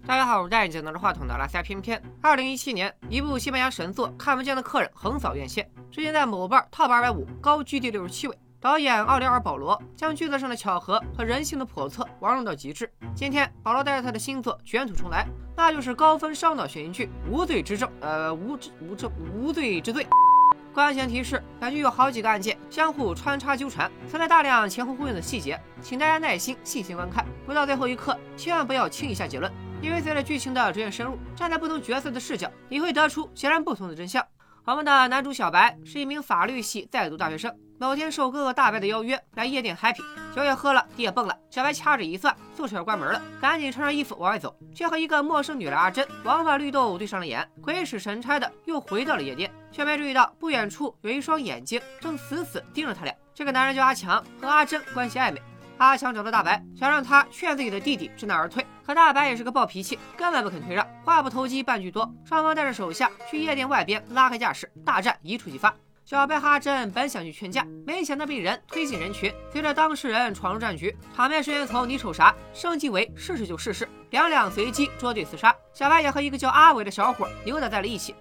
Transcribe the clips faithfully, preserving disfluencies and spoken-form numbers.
大家好，我是戴眼镜拿着话筒的拉塞偏偏。二零一七年，一部西班牙神作《看不见的客人》横扫院线，之前在某瓣 Top 二百五高居第六十七位。导演奥利奥尔·保罗将剧作上的巧合和人性的叵测玩弄到极致。今天，保罗带着他的新作卷土重来，那就是高分烧脑悬疑剧《无罪之证》。呃，无之无证无罪之罪。关键提示：本剧有好几个案件相互穿插纠缠，存在大量前后呼应的细节，请大家耐心细心观看，不到最后一刻千万不要轻易下结论，因为随着剧情的逐渐深入，站在不同角色的视角，你会得出截然不同的真相。我们的男主小白是一名法律系在读大学生，某天受哥哥大白的邀约来夜店 happy， 酒也喝了，地也蹦了，小白掐指一算，宿舍要关门了，赶紧穿上衣服往外走，却和一个陌生女人阿珍王法绿豆对上了眼，鬼使神差的又回到了夜店，却没注意到不远处有一双眼睛正死死盯着他俩。这个男人叫阿强，和阿珍关系暧昧。阿强找到大白，想让他劝自己的弟弟知难而退，可大白也是个暴脾气，根本不肯退让，话不投机半句多，双方带着手下去夜店外边拉开架势，大战一触即发。小白和阿珍本想去劝架，没想到被人推进人群，随着当事人闯入战局，场面瞬间从你瞅啥升级为试试就试试，两两随机捉对厮杀。小白也和一个叫阿伟的小伙扭打在了一起。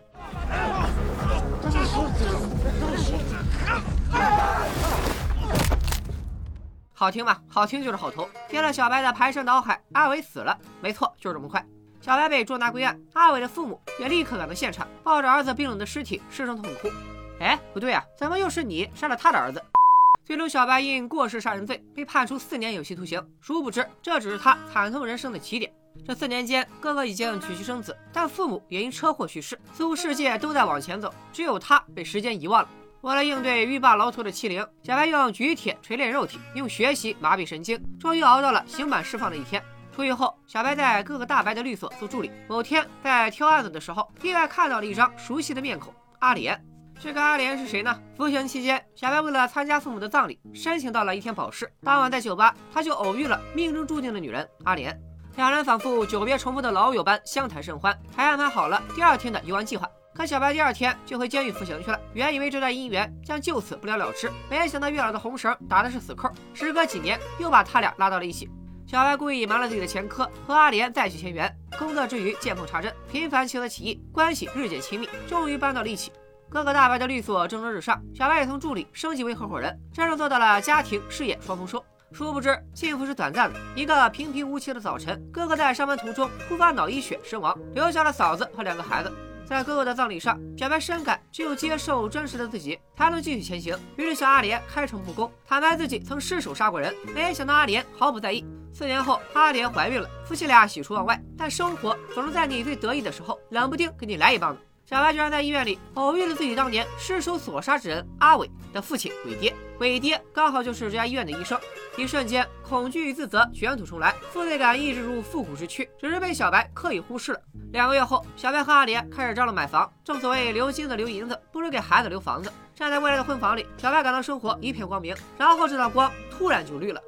好听吗？好听就是好头。接了小白的排山倒海，阿伟死了。没错，就是这么快。小白被捉拿归案，阿伟的父母也立刻赶到现场，抱着儿子冰冷的尸体失声痛哭。哎，不对啊，怎么又是你杀了他的儿子？最终，小白因过失杀人罪被判处四年有期徒刑。殊不知，这只是他惨痛人生的起点。这四年间，哥哥已经娶妻生子，但父母也因车祸去世。似乎世界都在往前走，只有他被时间遗忘了。为了应对欲罢牢头的欺凌，小白用举铁锤炼肉体，用学习麻痹神经，终于熬到了刑满释放的一天。出狱后，小白在哥哥大白的律所做助理。某天在挑案子的时候，意外看到了一张熟悉的面孔——阿莲。这个阿莲是谁呢？服刑期间，小白为了参加父母的葬礼，申请到了一天保释。当晚在酒吧，他就偶遇了命中注定的女人阿莲。两人仿佛久别重逢的老友般相谈甚欢，还安排好了第二天的游玩计划。可小白第二天就回监狱服刑去了，原以为这段姻缘将就此不了了之，没想到月老的红绳打的是死扣，时隔几年又把他俩拉到了一起。小白故意隐瞒了自己的前科，和阿莲再续前缘，工作之余见缝插针，频繁起了起义，关系日渐亲密，终于搬到了一起。哥哥大白的律所蒸蒸日上，小白也从助理升级为合伙人，真正做到了家庭事业双丰收。殊不知幸福是短暂的，一个平平无奇的早晨，哥哥在上班途中突发脑溢血身亡，留下了嫂子和两个孩子。在哥哥的葬礼上，小白深感只有接受真实的自己才能继续前行，于是向阿莲开诚布公，坦白自己曾失手杀过人。没想到阿莲毫不在意。四年后，阿莲怀孕了，夫妻俩喜出望外，但生活总是在你最得意的时候，冷不丁给你来一棒子。小白居然在医院里偶遇了自己当年失手所杀之人阿伟的父亲伟爹，伟爹刚好就是这家医院的医生。一瞬间，恐惧与自责卷土重来，负罪感抑制如复古之躯，只是被小白刻意忽视了。两个月后，小白和阿莲开始张罗买房。正所谓留金子留银子，不如给孩子留房子。站在未来的婚房里，小白感到生活一片光明，然后这道光突然就绿了。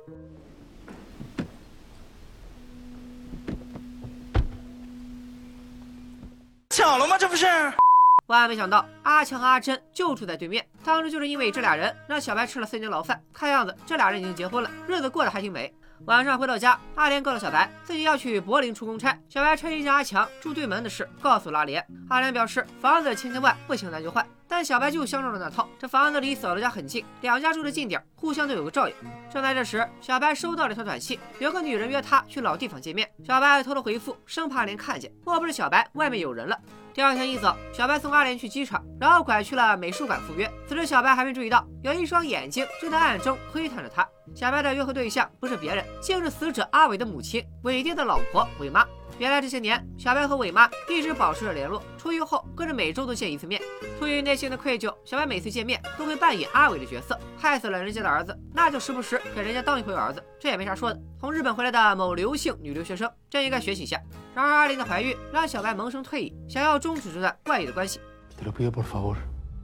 巧了吗？这不是？ 万万没想到，阿强和阿珍就住在对面。当时就是因为这俩人，让小白吃了四年牢饭。看样子，这俩人已经结婚了，日子过得还挺美。晚上回到家，阿莲告诉小白自己要去柏林出公差。小白趁机将阿强住对门的事告诉了阿莲。阿莲表示房子千千万，不行咱就换。但小白就相中了那套，这房子离嫂子家很近，两家住的近点，互相都有个照应。正在这时，小白收到了一条短信，有个女人约他去老地方见面。小白偷偷回复，生怕阿莲看见，莫不是小白外面有人了。第二天一早，小白送阿莲去机场，然后拐去了美术馆赴约。此时小白还没注意到，有一双眼睛正在暗中窥探着他。小白的约会对象不是别人，竟是死者阿伟的母亲，伟爹的老婆伟妈。原来这些年，小白和伟妈一直保持着联络。出狱后，更是每周都见一次面。出于内心的愧疚，小白每次见面都会扮演阿伟的角色，害死了人家的儿子，那就时不时给人家当一回儿子，这也没啥说的。从日本回来的某刘姓女留学生，真应该学习一下。然而阿莲的怀孕让小白萌生退意，想要终止这段怪异的关系。 Te lo pido por favor.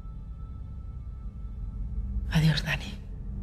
Adiós, Dani.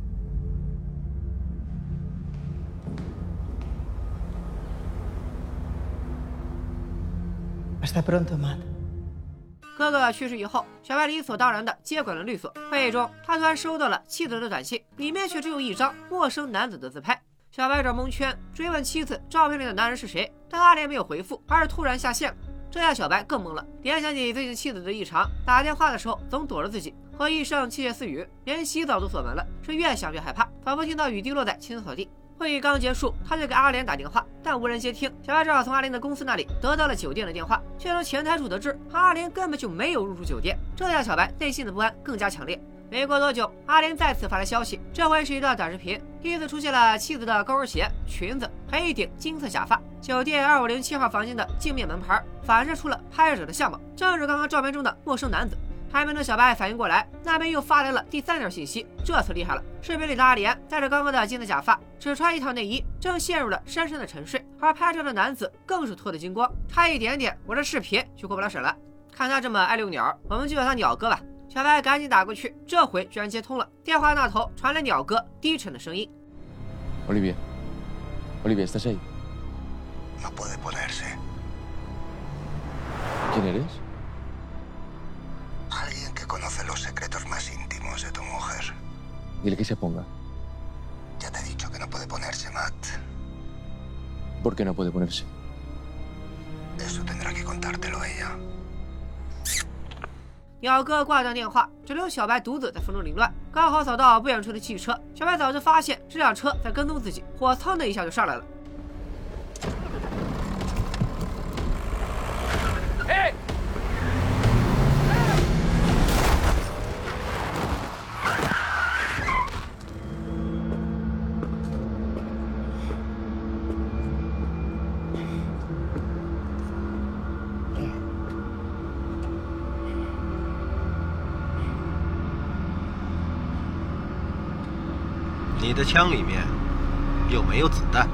Hasta pronto, Matt. 哥哥去世以后，小白理所当然的接管了律所。会议中，他突然收到了妻子的短信，里面却只有一张陌生男子的自拍。 小白找蒙圈，追问妻子照片里的男人是谁，但阿莲没有回复，而是突然下线了。这下小白更懵了，联想起最近妻子的异常，打电话的时候总躲着自己，和医生窃窃私语，连洗澡都锁门了，是越想越害怕，仿佛听到雨滴落在青草地。会议刚结束，他就给阿莲打电话，但无人接听。小白只好从阿莲的公司那里得到了酒店的电话，却从前台处得知阿莲根本就没有入住酒店，这让小白内心的不安更加强烈。没过多久，阿莲再次发来消息，这回是一段短视频，第一次出现了妻子的高跟鞋、裙子，还一顶金色假发。酒店二五零七号房间的镜面门牌反射出了拍摄者的相貌，正是刚刚照片中的陌生男子。还没等小白反应过来，那边又发来了第三条信息，这次厉害了。视频里的阿莲戴着刚刚的金色假发，只穿一套内衣，正陷入了深深的沉睡，而拍照的男子更是脱得精光，差一点点我这视频就过不了审了。看他这么爱遛鸟，我们就叫他鸟哥吧。小白赶紧打过去，这回居然接通了。电话那头传来鸟哥低沉的声音 ：“Olivia, Olivia, ¿estás ahí? No puede ponerse. ¿Quién eres? Alguien que conoce los secretos más íntimos de tu mujer. Dile que se ponga. Ya te he dicho que no puede ponerse, Matt. ¿Por qué no puede ponerse? Eso tendrá que contártelo ella.” 鸟哥挂断电话，只留小白独自在风中凌乱。刚好扫到不远处的汽车，小白早就发现这辆车在跟踪自己，火蹭的一下就上来了。 Hey! 你的枪里面有没有子弹？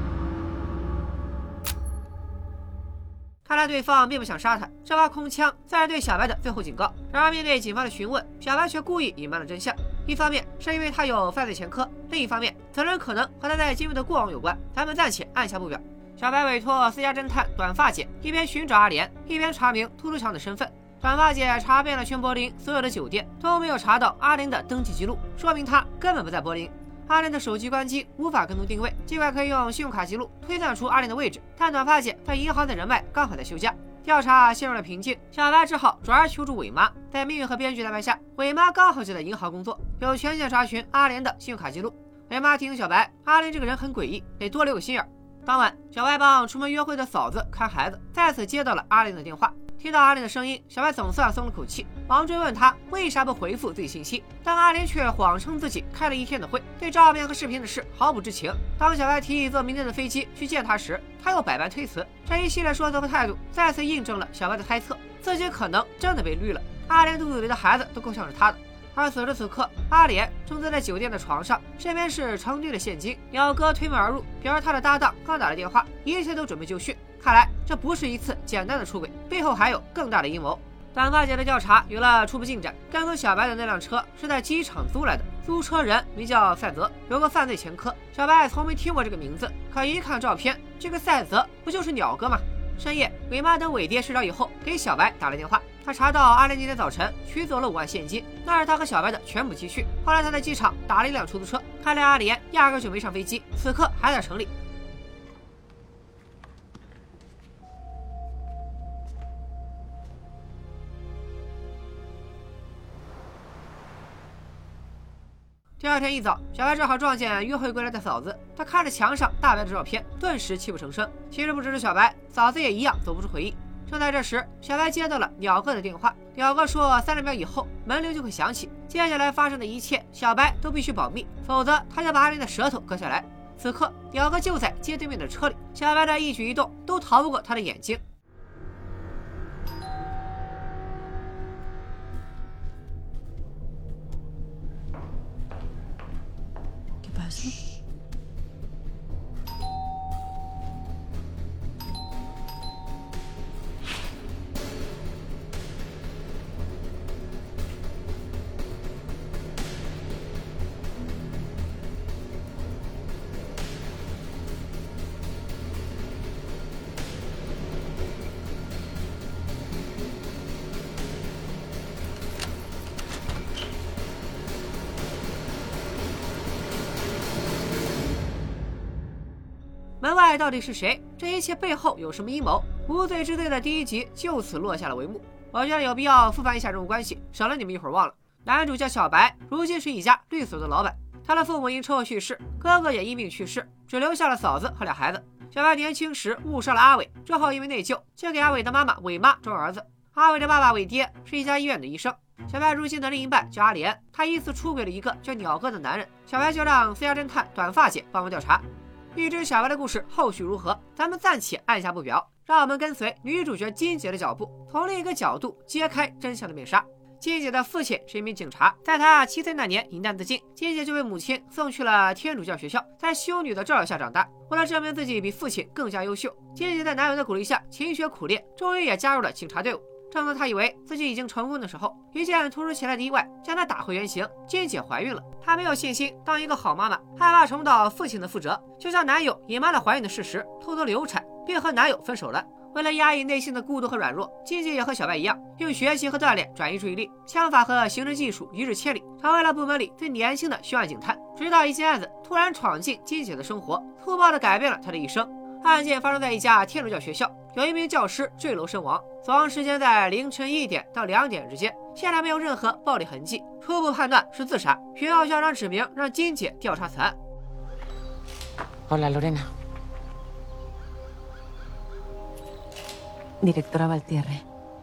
看来对方并不想杀他，这把空枪算是对小白的最后警告。然而面对警方的询问，小白却故意隐瞒了真相。一方面是因为他有犯罪前科，另一方面责任可能和他在监狱的过往有关，咱们暂且按下不表。小白委托私家侦探短发姐一边寻找阿莲，一边查明秃噜强的身份。短发姐查遍了全柏林所有的酒店，都没有查到阿莲的登记记录，说明他根本不在柏林。阿莲的手机关机，无法跟踪定位，尽管可以用信用卡记录推算出阿莲的位置，但短发姐在银行的人脉刚好在休假，调查陷入了瓶颈。小白只好转而求助伟妈，在命运和编剧的安排下，伟妈刚好就在银行工作，有权限查询阿莲的信用卡记录。伟妈提醒小白，阿莲这个人很诡异，得多留个心眼。当晚，小白帮出门约会的嫂子看孩子，再次接到了阿莲的电话。听到阿莲的声音，小白总算松了口气，忙追问他为啥不回复自己信息，但阿莲却谎称自己开了一天的会，对照片和视频的事毫不知情。当小白提议坐明天的飞机去见他时，他又百般推辞。这一系列说辞和态度再次印证了小白的猜测，自己可能真的被绿了。阿莲肚子里的孩子都够像是他的。而此时此刻，阿莲正坐在酒店的床上，身边是成堆的现金。鸟哥推门而入，表示他的搭档刚打了电话，一切都准备就绪。看来这不是一次简单的出轨，背后还有更大的阴谋。短发姐的调查有了初步进展，跟踪小白的那辆车是在机场租来的，租车人名叫赛泽，有个犯罪前科。小白从没听过这个名字，可一看照片，这个赛泽不就是鸟哥吗？深夜，伟妈等伟爹睡着以后，给小白打了电话。他查到阿莲那天早晨取走了五万现金，那是他和小白的全部积蓄。后来他在机场打了一辆出租车，看来阿莲压根就没上飞机，此刻还在城里。第二天一早，小白正好撞见约会归来的嫂子，他看着墙上大白的照片，顿时泣不成声。其实不只是小白，嫂子也一样走不出回忆。正在这时，小白接到了鸟哥的电话，鸟哥说三十秒以后门铃就会响起，接下来发生的一切小白都必须保密，否则他就把阿莲的舌头割下来。此刻鸟哥就在街对面的车里，小白的一举一动都逃不过他的眼睛。 门外到底是谁？这一切背后有什么阴谋？无罪之罪的第一集就此落下了帷幕。我觉得有必要复盘一下这种关系，省了你们一会儿忘了。男主叫小白，如今是一家律所的老板。他的父母因车祸去世，哥哥也因病去世，只留下了嫂子和俩孩子。小白年轻时误杀了阿伟，之后因为内疚，就给阿伟的妈妈伟妈招儿子。阿伟的爸爸伟爹是一家医院的医生。小白如今的另一半叫阿莲，他疑似出轨了一个叫鸟哥的男人。小白就让私家侦探短发姐帮忙调查。欲知小白的故事后续如何，咱们暂且按下不表，让我们跟随女主角金姐的脚步，从另一个角度揭开真相的面纱。金姐的父亲是一名警察，在她七岁那年饮弹自尽，金姐就被母亲送去了天主教学校，在修女的照料下长大。为了证明自己比父亲更加优秀，金姐在男友的鼓励下勤学苦练，终于也加入了警察队伍。正当她以为自己已经成功的时候，一件突如其来的意外将她打回原形。金姐怀孕了，她没有信心当一个好妈妈，害怕重蹈父亲的覆辙，就向男友隐瞒了怀孕的事实，偷偷流产，并和男友分手了。为了压抑内心的孤独和软弱，金姐也和小白一样，用学习和锻炼转移注意力，枪法和刑侦技术一日千里，成为了部门里最年轻的凶案警探。直到一件案子突然闯进金姐的生活，粗暴地改变了她的一生。案件发生在一家天主教学校，有一名教师坠楼身亡，死亡时间在凌晨一点到两点之间，现场没有任何暴力痕迹，初步判断是自杀。学校校长指明让金姐调查此案。 Hola, Lorena. Directora Valtierre。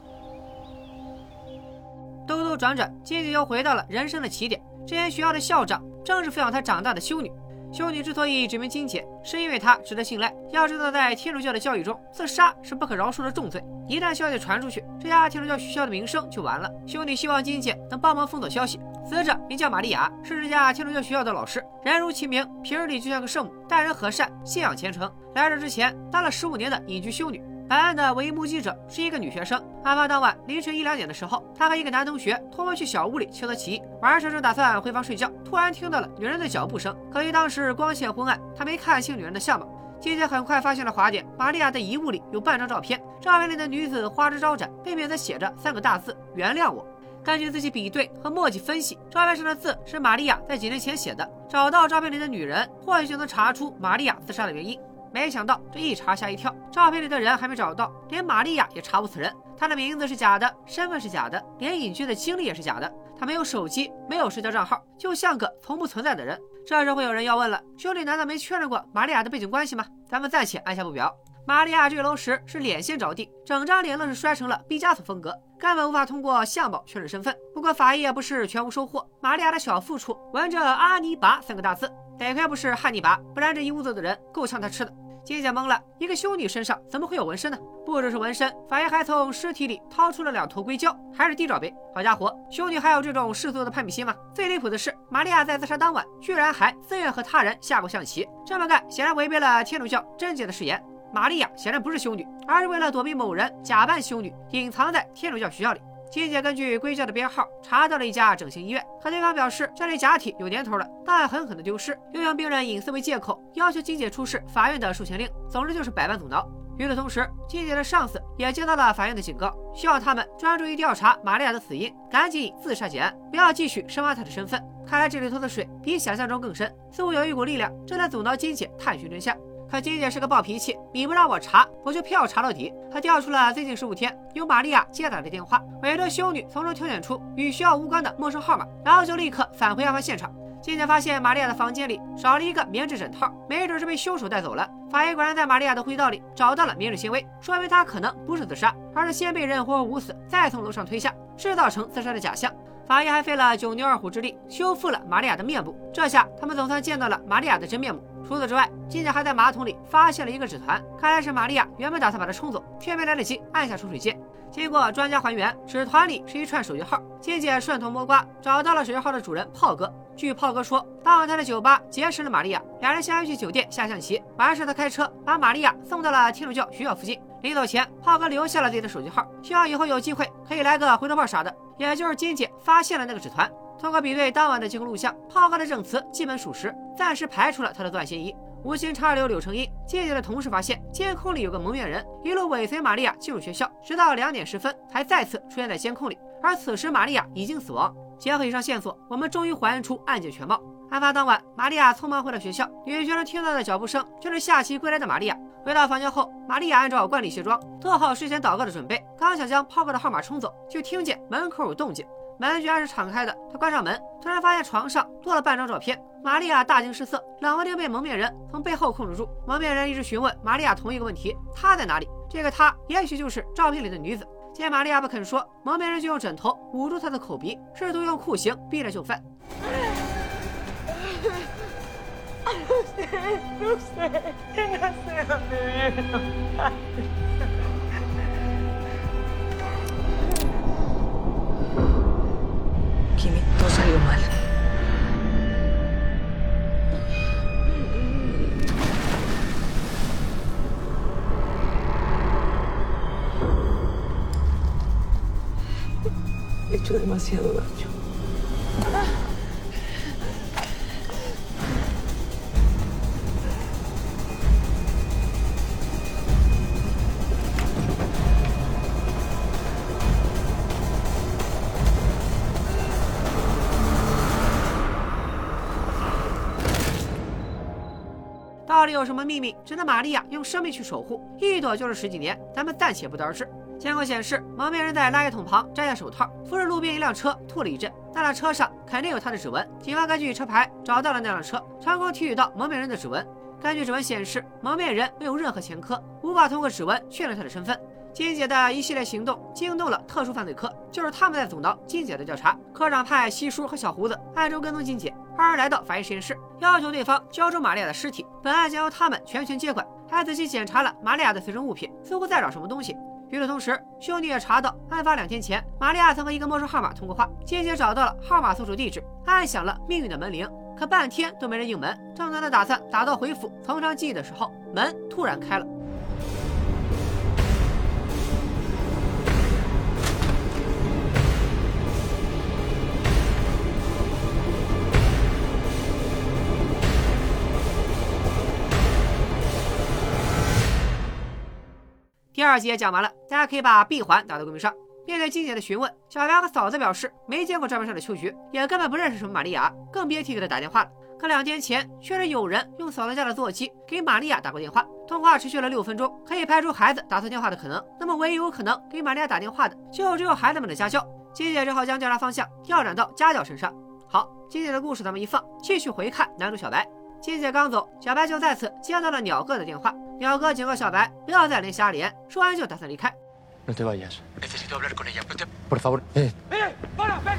兜兜转转，金姐又回到了人生的起点。这间学校的校长正是抚养她长大的修女。修女之所以指名金姐，是因为她值得信赖。要知道，在天主教的教义中，自杀是不可饶恕的重罪。一旦消息传出去，这家天主教学校的名声就完了。修女希望金姐能帮忙封锁消息。死者名叫玛利亚，是这家天主教学校的老师，人如其名，平日里就像个圣母，待人和善，信仰虔诚。来这之前当了十五年的隐居修女。本案的唯一目击者是一个女学生。案发当晚凌晨一两点的时候，她和一个男同学偷摸去小屋里切磋棋艺。晚上正打算回房睡觉，突然听到了女人的脚步声。可惜当时光线昏暗，她没看清女人的相貌。金姐很快发现了滑点，玛利亚的遗物里有半张照片，照片里的女子花枝招展，背面则写着三个大字：原谅我。根据自己比对和墨迹分析，照片上的字是玛利亚在几年前写的。找到照片里的女人，或许就能查出玛利亚自杀的原因。没想到这一查吓一跳，照片里的人还没找到，连玛利亚也查无此人。她的名字是假的，身份是假的，连隐居的经历也是假的。她没有手机，没有社交账号，就像个从不存在的人。这时会有人要问了，修女难道没确认过玛利亚的背景关系吗？咱们暂且按下不表。玛利亚坠楼时是脸先着地，整张脸愣是摔成了毕加索风格，根本无法通过相貌确认身份。不过法医也不是全无收获，玛利亚的小腹处纹着阿尼拔三个大字，得亏不是汉尼拔，不然这一屋子的人够呛他吃的。金姐懵了，一个修女身上怎么会有纹身呢？不只是纹身，法医还从尸体里掏出了两头硅胶，还是低罩杯。好家伙，修女还有这种世俗的攀比心吗？最离谱的是，玛利亚在自杀当晚居然还自愿和他人下过象棋，这么干显然违背了天主教贞洁的誓言。玛利亚显然不是修女，而是为了躲避某人假扮修女，隐藏在天主教学校里。金姐根据硅胶的编号查到了一家整形医院，可对方表示这类假体有年头了，档案狠狠的丢失，又用病人隐私为借口，要求金姐出示法院的授权令，总之就是百般阻挠。与此同时，金姐的上司也接到了法院的警告，希望他们专注于调查玛利亚的死因，赶紧以自杀结案，不要继续深挖她的身份。看来这里头的水比想象中更深，似乎有一股力量正在阻挠金姐探寻真相。可金姐是个暴脾气，你不让我查，我就偏要查到底。她调出了最近十五天由玛利亚接打的电话，委托修女从中挑选出与学校无关的陌生号码，然后就立刻返回案发现场。金姐发现玛利亚的房间里少了一个棉质枕套，没准是被凶手带走了。法医果然在玛利亚的呼吸道里找到了棉质纤维，说明她可能不是自杀，而是先被人活活捂死，再从楼上推下，制造成自杀的假象。法医还费了九牛二虎之力修复了玛利亚的面部，这下他们总算见到了玛利亚的真面目。除此之外，金姐还在马桶里发现了一个纸团，看来是玛利亚原本打算把它冲走，却没来得及按下冲水键。经过专家还原，纸团里是一串手机号。金姐顺藤摸瓜找到了手机号的主人炮哥。据炮哥说，当晚他在酒吧结识了玛利亚，两人相约去酒店下象棋。完事他开车把玛利亚送到了天主教学校附近。临走前，炮哥留下了自己的手机号，希望以后有机会可以来个回头炮啥的。也就是金姐发现了那个纸团。通过比对当晚的监控录像，炮哥的证词基本属实，暂时排除了他的作案嫌疑。无心插柳柳成荫，金姐的同事发现监控里有个蒙面人一路尾随玛利亚进入学校，直到两点十分才再次出现在监控里，而此时玛利亚已经死亡。结合以上线索，我们终于还原出案件全貌。 案发当晚，玛利亚匆忙回了学校，女学生听到的脚步声就是下棋归来的玛利亚。回到房间后，玛利亚按照惯例卸妆，做好睡前祷告的准备，刚想将抛过的号码冲走，就听见门口有动静。门居然是敞开的，她关上门，突然发现床上多了半张照片。玛利亚大惊失色，冷不丁被蒙面人从背后控制住。蒙面人一直询问玛利亚同一个问题：她在哪里？这个她也许就是照片里的女子。见玛利亚不肯说，蒙面人就用枕头捂住她的口鼻，试图用酷刑逼着就范。 Kimi, todo salió mal. He hecho demasiado daño. “到底有什么秘密值得玛利亚用生命去守护？一躲就是十几年，咱们暂且不得而知。监控显示，蒙面人在垃圾桶旁摘下手套，扶着路边一辆车吐了一阵。那辆车上肯定有他的指纹。警方根据车牌找到了那辆车，成功提取到蒙面人的指纹。根据指纹显示，蒙面人没有任何前科，无法通过指纹确认他的身份。金姐的一系列行动惊动了特殊犯罪科，就是他们在阻挠金姐的调查。科长派西叔和小胡子暗中跟踪金姐，二人来到法医实验室，要求对方交出玛利亚的尸体。本案将由他们全权接管，还仔细检查了玛利亚的随身物品，似乎在找什么东西。与此同时，兄弟也查到，案发两天前，玛利亚曾和一个陌生号码通过话。金姐找到了号码所属地址，按响了命运的门铃，可半天都没人应门。正当他打算打道回府，从长计议的时候，门突然开了。第二集也讲完了，大家可以把闭环打到公屏上。面对金姐的询问，小白和嫂子表示没见过账面上的秋菊，也根本不认识什么玛利亚，更别提给她打电话了。可两天前确实有人用嫂子家的座机给玛利亚打过电话，通话持续了六分钟，可以排除孩子打错电话的可能。那么唯一有可能给玛利亚打电话的，就只有孩子们的家教。金姐只好将调查方向调转到家教身上。好，金姐的故事咱们一放，继续回看男主小白。金姐刚走，小白就再次接到了鸟哥的电话。鸟哥警告小白不要再联系阿莲，说完就打算离开。 No te vayas. Necesito hablar con ella. Por favor. Eh. ¡Eh! ¡Para! ¡Ven!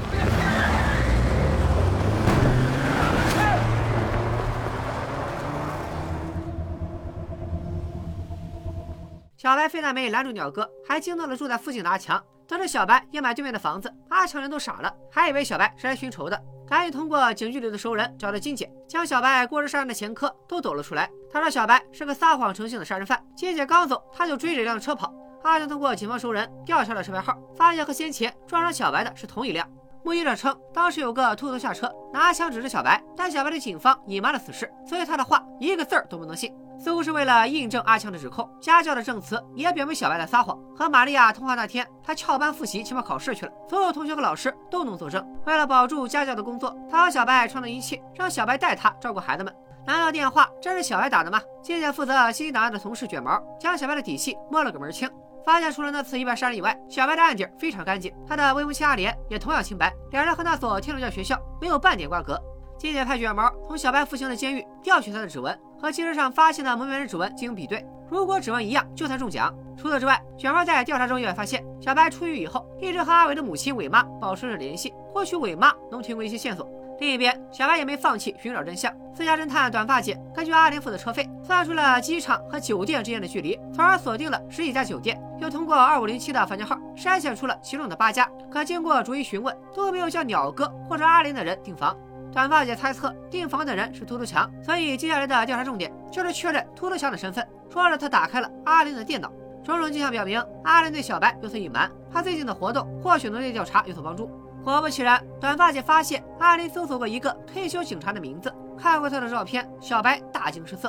小白非但没拦住鸟哥，还惊动了住在附近的阿强。得知小白要买对面的房子，阿强人都傻了，还以为小白是来寻仇的，赶紧通过警局里的熟人找到金姐，将小白过失杀人的前科都抖了出来。他说小白是个撒谎成性的杀人犯。金姐刚走，他就追着一辆车跑。阿强通过警方熟人调查了车牌号，发现和先前撞伤小白的是同一辆。目击者称，当时有个秃头下车，拿枪指着小白，但小白对警方隐瞒了此事，所以他的话一个字儿都不能信。似乎是为了印证阿强的指控，家教的证词也表明小白在撒谎。和玛利亚通话那天，他翘班复习期末考试去了，所有同学和老师都能作证。为了保住家教的工作，他和小白创造一切，让小白带他照顾孩子们。难道电话真是小白打的吗？金姐负责信息档案的同事卷毛将小白的底细摸了个门清，发现除了那次意外杀人以外，小白的案底非常干净，他的未婚妻阿莲也同样清白，两人和那所天主教学校没有半点瓜葛。金姐派卷毛从小白服刑的监狱调取他的指纹，和记录上发现的蒙面人指纹进行比对，如果指纹一样，就算中奖。除此之外，卷毛在调查中意外发现，小白出狱以后一直和阿伟的母亲伟妈保持着联系，或许伟妈能提供一些线索。另一边，小白也没放弃寻找真相。私家侦探短发姐根据阿莲付的车费，算出了机场和酒店之间的距离，从而锁定了十几家酒店，又通过二五零七的房间号筛选出了其中的八家。可经过逐一询问，都没有叫鸟哥或者阿莲的人订房。短发姐猜测订房的人是秃头强，所以接下来的调查重点就是确认秃头强的身份。说着，他打开了阿莲的电脑，种种迹象表明阿莲对小白有所隐瞒，他最近的活动或许能对调查有所帮助。果不其然，短发姐发现阿莲搜索过一个退休警察的名字，看过他的照片，小白大惊失色。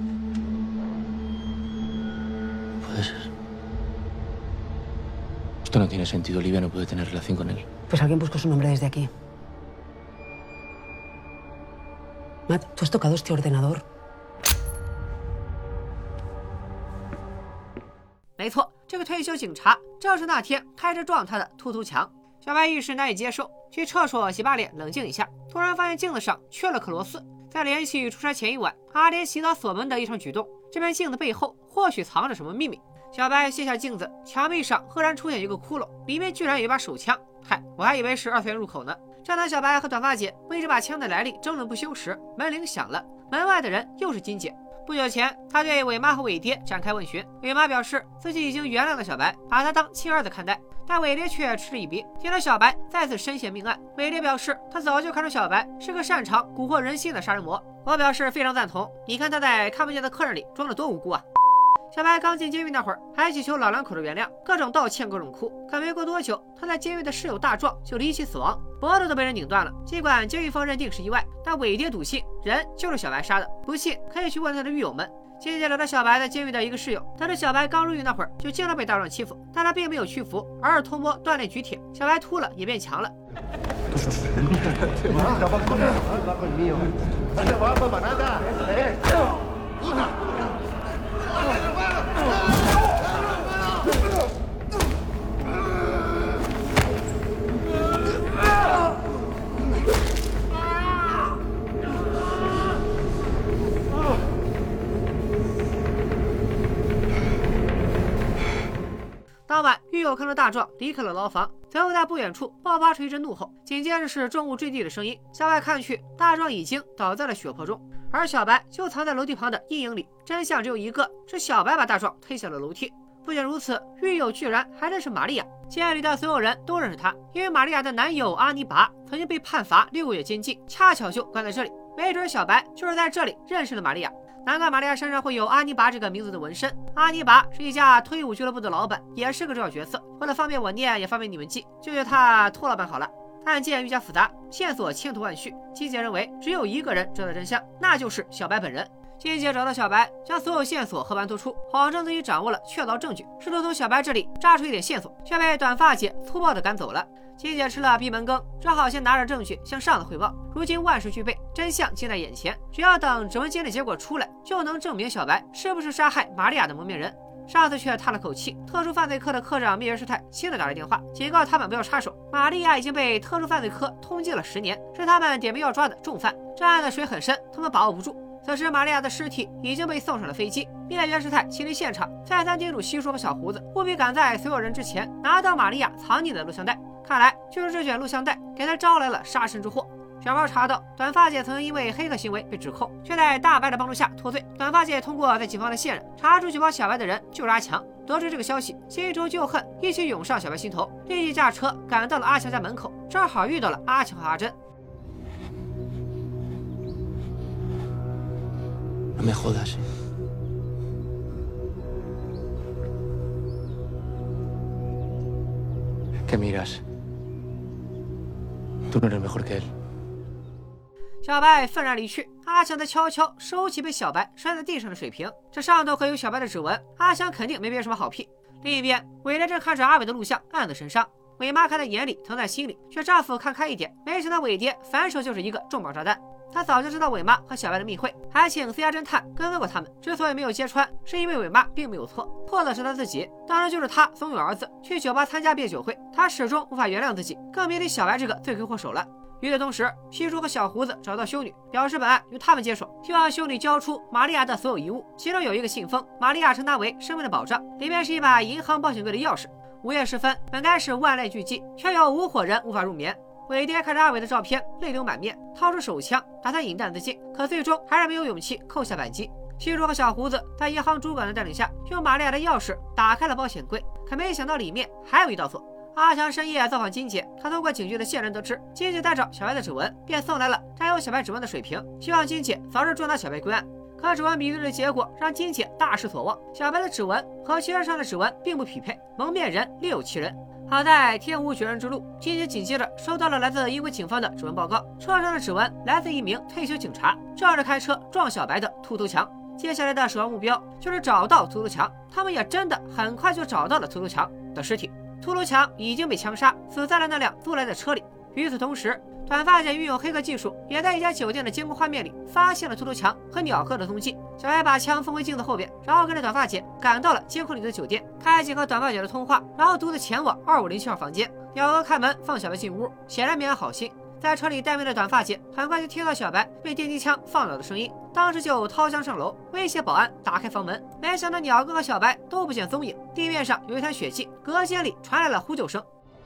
Puede ser. Esto no tiene sentido. Olivia no puede tener relación con él. Pues alguien buscó su nombre desde aquí. Matt, ¿tú has tocado este ordenador? 没错，这个退休警察正是那天开车撞他的秃头强。小白一时难以接受，去厕所洗把脸冷静一下，突然发现镜子上缺了颗螺丝。再联系出差前一晚阿莲洗澡锁门的异常举动，这面镜子背后或许藏着什么秘密。小白卸下镜子，墙壁上赫然出现一个窟窿，里面居然有一把手枪。嗨，我还以为是二次元入口呢。正当小白和短发姐为这把枪的来历争论不休时，门铃响了，门外的人又是金姐。不久前，他对伟妈和伟爹展开问询，伟妈表示自己已经原谅了小白，把他当亲儿子看待，但伟爹却嗤之以鼻，听了小白再次深陷命案。伟爹表示他早就看出小白是个擅长蛊惑人心的杀人魔，我表示非常赞同，你看他在看不见的客人里装得多无辜啊。小白刚进监狱那会儿，还祈求老两口的原谅，各种道歉，各种哭。可没过多久，他在监狱的室友大壮就离奇死亡，脖子都被人拧断了。尽管监狱方认定是意外，但伟爹笃信人就是小白杀的，不信可以去问他的狱友们。金姐找到小白在监狱的一个室友，得知小白刚入狱那会儿就经常被大壮欺负，但他并没有屈服，而是偷摸锻炼举铁。小白秃了也变强了。当晚，狱友看到大壮离开了牢房，随后在不远处爆发出一阵怒吼，紧接着是重物坠地的声音。向外看去，大壮已经倒在了血泊中，而小白就藏在楼梯旁的阴影里。真相只有一个，是小白把大壮推下了楼梯。不仅如此，狱友居然还认识玛利亚，监狱里的所有人都认识她，因为玛利亚的男友阿尼拔曾经被判罚六个月监禁，恰巧就关在这里。没准小白就是在这里认识了玛利亚。难怪玛利亚身上会有阿尼拔这个名字的纹身。阿尼拔是一家退伍俱乐部的老板，也是个重要角色。为了方便我念，也方便你们记，就叫他托老板好了。案件愈加复杂，线索千头万绪。金姐认为只有一个人知道真相，那就是小白本人。金姐找到小白，将所有线索和盘托出，谎称自己掌握了确凿证据，试图从小白这里抓出一点线索，却被短发姐粗暴地赶走了。金姐吃了闭门羹，只好先拿着证据向上司汇报。如今万事俱备，真相近在眼前，只要等指纹鉴定结果出来，就能证明小白是不是杀害玛利亚的蒙面人。上司却叹了口气，特殊犯罪科的科长密约师太亲自打来电话，警告他们不要插手。玛利亚已经被特殊犯罪科通缉了十年，是他们点名要抓的重犯，这案的水很深，他们把握不住。此时，玛利亚的尸体已经被送上了飞机。灭绝师太亲临现场，再三叮嘱西叔和小胡子，务必赶在所有人之前拿到玛利亚藏匿的录像带。看来就是这卷录像带给他招来了杀身之祸。小猫查到短发姐曾因为黑客行为被指控，却在大白的帮助下脱罪。短发姐通过在警方的信任查出举报小白的人就是阿强。得知这个消息，新仇旧恨一起涌上小白心头，立即驾车赶到了阿强家门口，正好遇到了阿强和阿珍。 No me jodas. ¿Qué miras? Tú no eres mejor que él. 小白愤然离去，阿强则悄悄收起被小白摔在地上的水瓶，这上头可有小白的指纹，阿强肯定没憋什么好屁。另一边，伟莲正看着阿伟的录像，暗自神伤。伟妈看在眼里，疼在心里，劝丈夫看开一点。没想到伟爹反手就是一个重磅炸弹。他早就知道伟妈和小白的密会，还请私家侦探跟踪过他们。之所以没有揭穿，是因为伟妈并没有错，错的是他自己。当然就是他怂恿儿子去酒吧参加毕业酒会，他始终无法原谅自己，更别提小白这个罪魁祸首了。与此同时，西叔和小胡子找到修女，表示本案由他们接手，希望修女交出玛利亚的所有遗物。其中有一个信封，玛利亚称它为生命的保障，里面是一把银行保险柜的钥匙。午夜时分，本该是万籁俱寂，却有五伙人无法入眠。伟爹看着阿伟的照片，泪流满面，掏出手枪打算引弹自尽，可最终还是没有勇气扣下扳机。西叔和小胡子在银行主管的带领下，用玛利亚的钥匙打开了保险柜，可没想到里面还有一道锁。阿强深夜造访金姐，他通过警局的线人得知金姐在找小白的指纹，便送来了沾有小白指纹的水瓶，希望金姐早日捉拿小白归案。可指纹比对的结果让金姐大失所望，小白的指纹和汽车上的指纹并不匹配，蒙面人另有其人。好在天无绝人之路，金姐紧接着收到了来自英国警方的指纹报告，车上的指纹来自一名退休警察，正是开车撞小白的秃头强。接下来的首要目标就是找到秃头强，他们也真的很快就找到了秃头强的尸体。 秃噜强已经被枪杀，死在了那辆租来的车里。与此同时，短发姐运用黑客技术，也在一家酒店的监控画面里发现了秃噜强和鸟哥的踪迹。小白把枪放回镜子后边，然后跟着短发姐赶到了监控里的酒店，开启和短发姐的通话，然后独自前往二五零七号房间。鸟哥开门放小白进屋，显然没安好心。在车里待命的短发姐很快就听到小白被电击枪放倒的声音，当时就掏枪上楼，威胁保安打开房门。没想到鸟哥和小白都不见踪影，地面上有一滩血迹，隔间里传来了呼救声。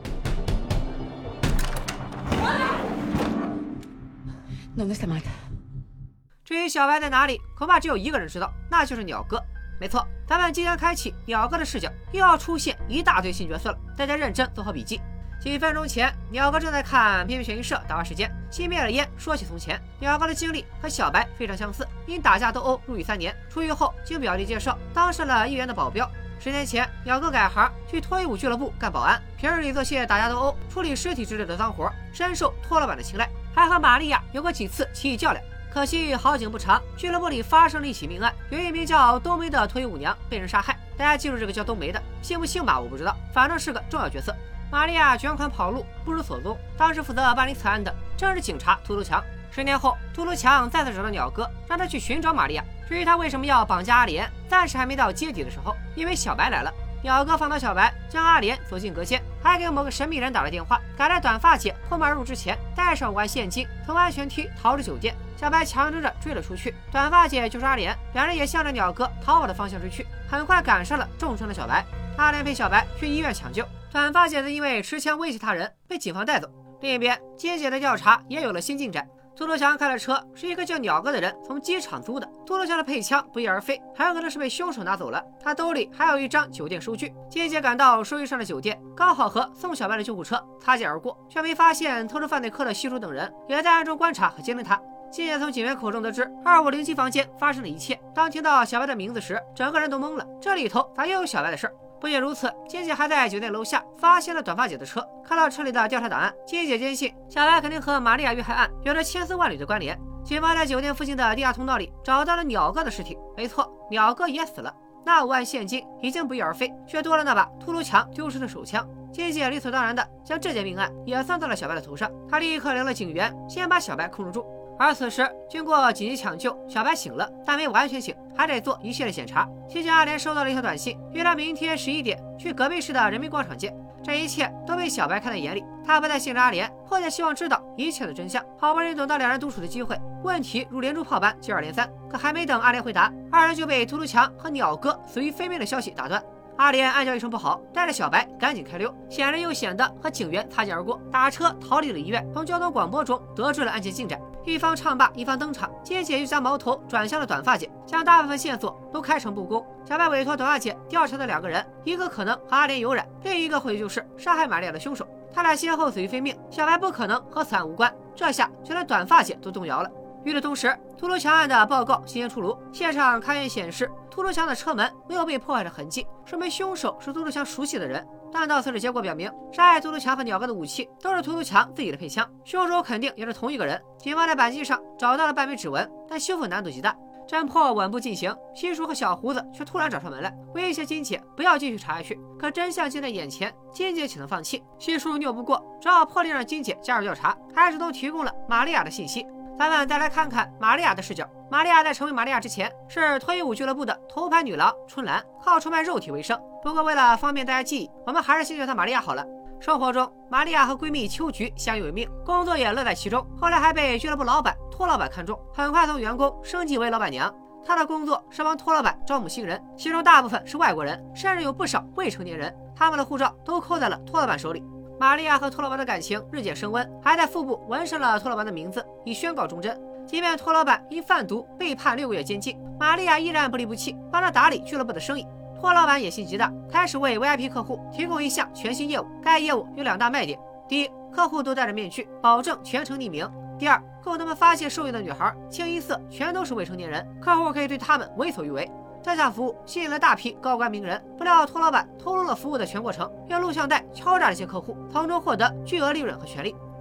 ¿Dónde está Matt？ 至于小白在哪里，恐怕只有一个人知道，那就是鸟哥。没错，咱们即将开启鸟哥的视角，又要出现一大堆新角色了，大家认真做好笔记。几分钟前，鸟哥正在看《偏偏悬疑社》打发时间，熄灭了烟，说起从前。鸟哥的经历和小白非常相似，因打架斗殴入狱三年，出狱后经表弟介绍当上了议员的保镖。十年前，鸟哥改行去脱衣舞俱乐部干保安，平日里做些打架斗殴、处理尸体之类的脏活，深受托老板的青睐，还和玛利亚有过几次奇异较量。可惜好景不长，俱乐部里发生了一起命案，有一名叫冬梅的脱衣舞娘被人杀害。大家记住这个叫冬梅的，信不信吧我不知道，反正是个重要角色。玛利亚卷款跑路，不知所踪。当时负责办理此案的正是警察秃噜强。十年后，秃噜强再次找到鸟哥，让他去寻找玛利亚。至于他为什么要绑架阿莲，暂时还没到揭底的时候，因为小白来了。鸟哥放倒小白，将阿莲锁进隔间，还给某个神秘人打了电话，赶在短发姐破门而入之前，带上五万现金，从安全梯逃出酒店。小白强撑着追了出去，短发姐就是阿莲，两人也向着鸟哥逃跑的方向追去，很快赶上了重伤的小白。阿莲陪小白去医院抢救，短发姐则因为持枪威胁他人被警方带走。另一边，金姐的调查也有了新进展。秃噜强开的车是一个叫鸟哥的人从机场租的，秃噜强的配枪不翼而飞，很有可能是被凶手拿走了。他兜里还有一张酒店收据。金姐赶到收据上的酒店，刚好和送小白的救护车擦肩而过，却没发现偷吃犯罪科的西叔等人也在暗中观察和监听他。金姐从警员口中得知二五零七房间发生的一切，当听到小白的名字时，整个人都懵了，这里头咋又有小白的事儿？不仅如此，金姐还在酒店楼下发现了短发姐的车，看到车里的调查档案，金姐坚信小白肯定和玛利亚遇害案有着千丝万缕的关联。警方在酒店附近的地下通道里找到了鸟哥的尸体，没错，鸟哥也死了。那五万现金已经不翼而飞，却多了那把秃噜强丢失的手枪。金姐理所当然的将这件命案也算到了小白的头上，她立刻领了警员，先把小白控制住。而此时，经过紧急抢救，小白醒了，但没完全醒，还得做一系列检查。期间，阿莲收到了一条短信，约他明天十一点去隔壁市的人民广场见。这一切都被小白看在眼里，他不再信任阿莲，迫切希望知道一切的真相。好不容易等到两人独处的机会，问题如连珠炮般接二连三。可还没等阿莲回答，二人就被秃噜强和鸟哥死于非命的消息打断。阿莲暗叫一声不好，带着小白赶紧开溜，显然又显得和警员擦肩而过，打车逃离了医院。从交通广播中得知了案件进展，一方唱罢一方登场，金姐又将矛头转向了短发姐，将大部分线索都开诚布公。小白委托短发姐调查的两个人，一个可能和阿莲有染，另一个或许就是杀害玛利亚的凶手。他俩先后死于非命，小白不可能和此案无关，这下就连短发姐都动摇了。与此同时，秃噜强案的报告新鲜出炉，现场勘验显示，秃噜强的车门没有被破坏的痕迹，说明凶手是秃噜强熟悉的人。但到测试结果表明，杀害秃噜强和鸟哥的武器都是秃噜强自己的配枪，凶手肯定也是同一个人。警方在扳机上找到了半枚指纹，但修复难度极大。侦破稳步进行，西叔和小胡子却突然找上门来，威胁金姐不要继续查下去。可真相近在眼前，金姐岂能放弃？西叔拗不过，只好破例让金姐加入调查，还主动提供了玛利亚的信息。咱们再来看看玛利亚的视角。玛利亚在成为玛利亚之前，是脱衣舞俱乐部的头牌女郎春兰，靠出卖肉体为生。不过为了方便大家记忆，我们还是先叫她玛利亚好了。生活中，玛利亚和闺蜜秋菊相依为命，工作也乐在其中。后来还被俱乐部老板托老板看中，很快从员工升级为老板娘。她的工作是帮托老板招募新人，其中大部分是外国人，甚至有不少未成年人，他们的护照都扣在了托老板手里。玛利亚和托老板的感情日渐升温，还在腹部纹上了托老板的名字，以宣告忠贞。即便托老板因贩毒被判六个月监禁，玛利亚依然不离不弃，帮他打理俱乐部的生意。托老板野心极大，开始为 V I P 客户提供一项全新业务。该业务有两大卖点：第一，客户都戴着面具，保证全程匿名；第二，供他们发现受益的女孩清一色全都是未成年人，客户可以对他们为所欲为。这项服务吸引了大批高官名人，不料托老板透露了服务的全过程，用录像带敲诈这些客户，从中获得巨额利润和权利。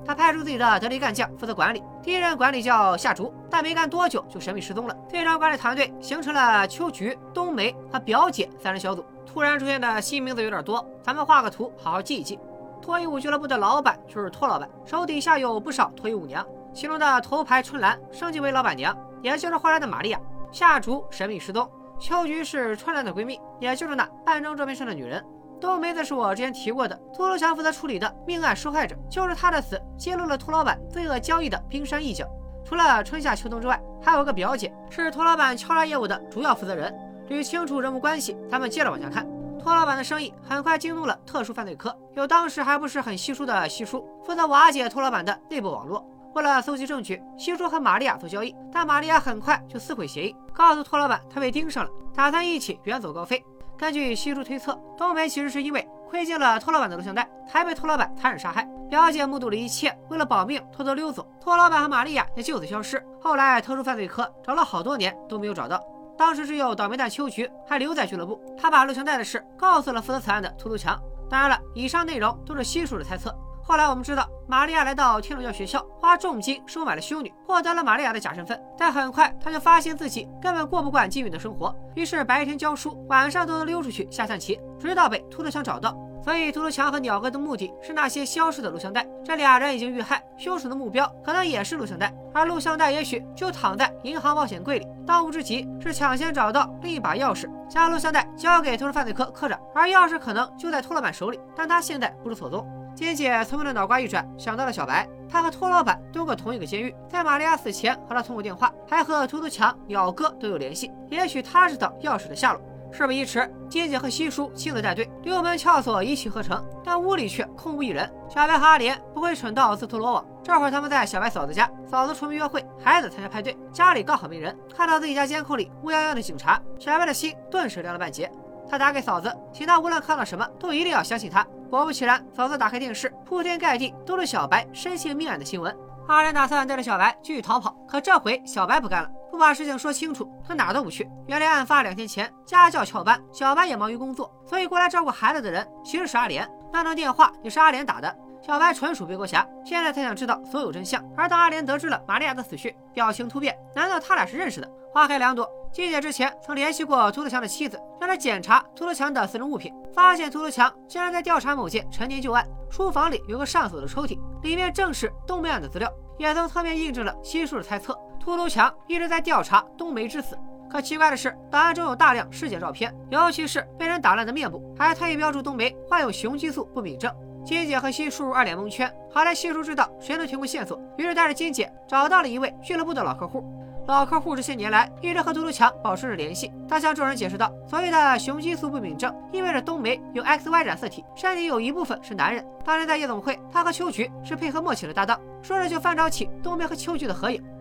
他派出自己的得力干将负责管理。第一任管理叫夏竹，但没干多久就神秘失踪了。这张管理团队形成了秋菊、冬梅和表姐三人小组。突然出现的新名字有点多，咱们画个图好好记一记。脱衣舞俱乐部的老板就是托老板，手底下有不少脱衣舞娘，其中的头牌春兰升级为老板娘，也就是后来的玛利亚。夏竹神秘失踪，秋菊是春兰的闺蜜，也就是那半张照片上的女人。冬梅则是我之前提过的秃噜强负责处理的命案受害者，就是她的死揭露了秃老板罪恶交易的冰山一角。除了春夏秋冬之外，还有个表姐是托老板敲诈业务的主要负责人。捋清楚人物关系，咱们接着往下看。托老板的生意很快惊动了特殊犯罪科，有当时还不是很稀疏的西叔负责瓦解托老板的内部网络。为了搜集证据，西叔和玛利亚做交易，但玛利亚很快就撕毁协议，告诉托老板他被盯上了，打算一起远走高飞。根据西叔推测，冬梅其实是因为窥见了托老板的录像带，才被托老板残忍杀害。表姐目睹了一切，为了保命偷偷溜走，托老板和玛利亚也就此消失。后来特殊犯罪科找了好多年都没有找到。当时只有倒霉蛋秋菊还留在俱乐部，他把录像带的事告诉了负责此案的秃噜强。当然了，以上内容都是西叔的猜测。后来我们知道，玛利亚来到天主教学校，花重金收买了修女，获得了玛利亚的假身份。但很快，他就发现自己根本过不惯禁欲的生活，于是白天教书，晚上都能溜出去下象棋，直到被秃噜强找到。所以，秃噜强和鸟哥的目的是那些消失的录像带。这俩人已经遇害，凶手的目标可能也是录像带，而录像带也许就躺在银行保险柜里。当务之急是抢先找到另一把钥匙，将录像带交给特殊犯罪科科长，而钥匙可能就在托老板手里，但他现在不知所踪。金姐聪明的脑瓜一转，想到了小白，他和托老板蹲过同一个监狱，在玛利亚死前和他通过电话，还和秃秃强、鸟哥都有联系，也许他知道钥匙的下落。事不宜迟，金姐和西叔亲自带队，六门撬锁一气呵成，但屋里却空无一人。小白和阿莲不会蠢到自投罗网。这会儿他们在小白嫂子家，嫂子出门约会，孩子参加派对，家里刚好没人。看到自己家监控里乌泱泱的警察，小白的心顿时凉了半截。他打给嫂子，请他无论看到什么都一定要相信他。果不其然，嫂子打开电视，铺天盖地都是小白深陷命案的新闻。阿莲打算带着小白继续逃跑，可这回小白不干了，不把事情说清楚，他哪都不去。原来案发两天前，家教翘班，小白也忙于工作，所以过来照顾孩子的人其实是阿莲。那通电话也是阿莲打的。小白纯属背锅侠，现在才想知道所有真相。而当阿莲得知了玛利亚的死讯，表情突变，难道他俩是认识的？花开两朵，金姐之前曾联系过秃噜强的妻子，让他检查秃噜强的私人物品，发现秃噜强竟然在调查某件陈年旧案。书房里有个上锁的抽屉，里面正是冬梅案的资料，也曾侧面印证了西叔的猜测，秃噜强一直在调查冬梅之死。可奇怪的是，档案中有大量尸检照片，尤其是被人打烂的面部，还特意标注冬梅患有雄激素不敏症。金姐和西叔二脸蒙圈，好在西叔知道谁能提供线索，于是带着金姐找到了一位俱乐部的老客户。老客户这些年来一直和秃噜强保持着联系，他向众人解释道，所谓的雄激素不敏症意味着冬梅有 X Y 染色体，身体有一部分是男人。当年在夜总会，他和秋菊是配合默契的搭档。说着就翻找起冬梅和秋菊的合影。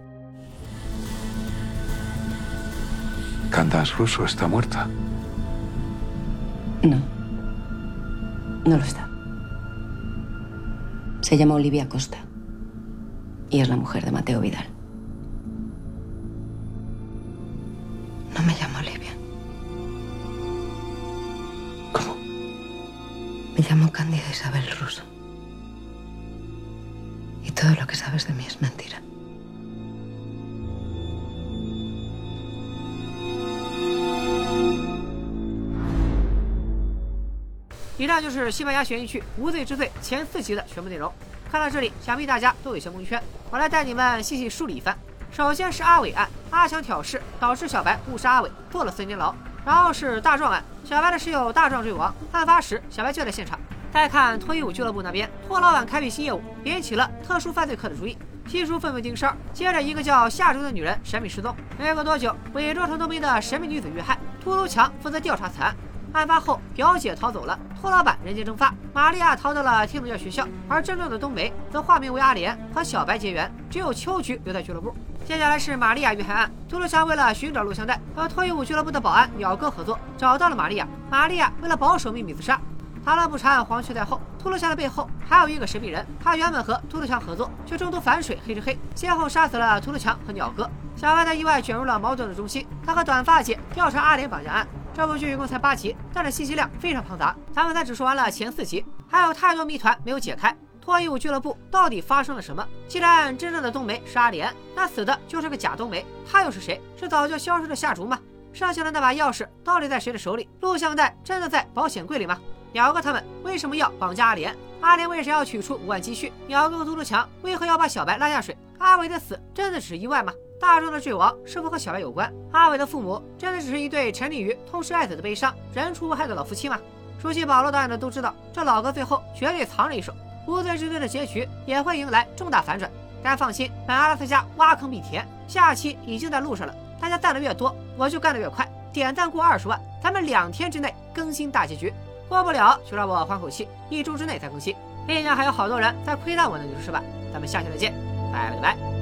Candace Russo está muerta. No. No lo está. Se llama Olivia Costa y es la mujer de Mateo Vidal. No me llamo Olivia. ¿Cómo? Me llamo Cándida Isabel Russo. Y todo lo que sabes de mí es mentira. 以上就是西班牙悬疑剧《无罪之罪》前四集的全部内容。看到这里，想必大家都有些蒙圈，我来带你们细细梳理一番。首先是阿伟案，阿强挑事导致小白误杀阿伟，坐了四年牢。然后是大壮案，小白的室友大壮坠亡，案发时小白就在现场。再看脱衣舞俱乐部那边，托老板开辟新业务，引起了特殊犯罪科的注意。西叔愤愤盯梢，接着一个叫夏竹的女人神秘失踪。没过多久，伪装成冬梅的神秘女子遇害，秃噜强负责调查此案。案发后，表姐逃走了，托老板人间蒸发，玛利亚逃到了天主教学校，而真正的冬梅则化名为阿莲，和小白结缘，只有秋菊留在俱乐部。接下来是玛利亚遇害案，秃噜强为了寻找录像带，和脱衣舞俱乐部的保安鸟哥合作，找到了玛利亚。玛利亚为了保守秘密自杀。螳螂捕蝉，黄雀在后。秃噜强的背后还有一个神秘人，他原本和秃噜强合作，却中途反水黑吃黑，先后杀死了秃噜强和鸟哥。小白在意外卷入了矛盾的中心，他和短发姐调查阿莲绑架案。这部剧一共才八集，但是信息量非常庞杂，咱们才只说完了前四集，还有太多谜团没有解开。 脱衣舞俱乐部到底发生了什么？既然真正的冬梅是阿莲，那死的就是个假冬梅，她又是谁？是早就消失的夏竹吗？剩下的那把钥匙到底在谁的手里？录像带真的在保险柜里吗？鸟哥他们为什么要绑架阿莲？阿莲为啥要取出五万积蓄？鸟哥和嘟嘟强为何要把小白拉下水？阿伟的死真的只是意外吗？大壮的坠亡是否和小白有关？阿伟的父母真的只是一对沉溺于偷师爱子的悲伤、人畜无害的老夫妻吗？熟悉保罗导演的都知道，这老哥最后绝对藏着一手，无罪之队的结局也会迎来重大反转。但放心，本阿拉斯加挖坑必填，下期已经在路上了。大家赞的越多，我就干得越快，点赞过二十万，咱们两天之内更新大结局。过不了就让我缓口气，一周之内再更新。毕竟还有好多人在窥探我的女士吧。咱们下期再见，拜了个拜。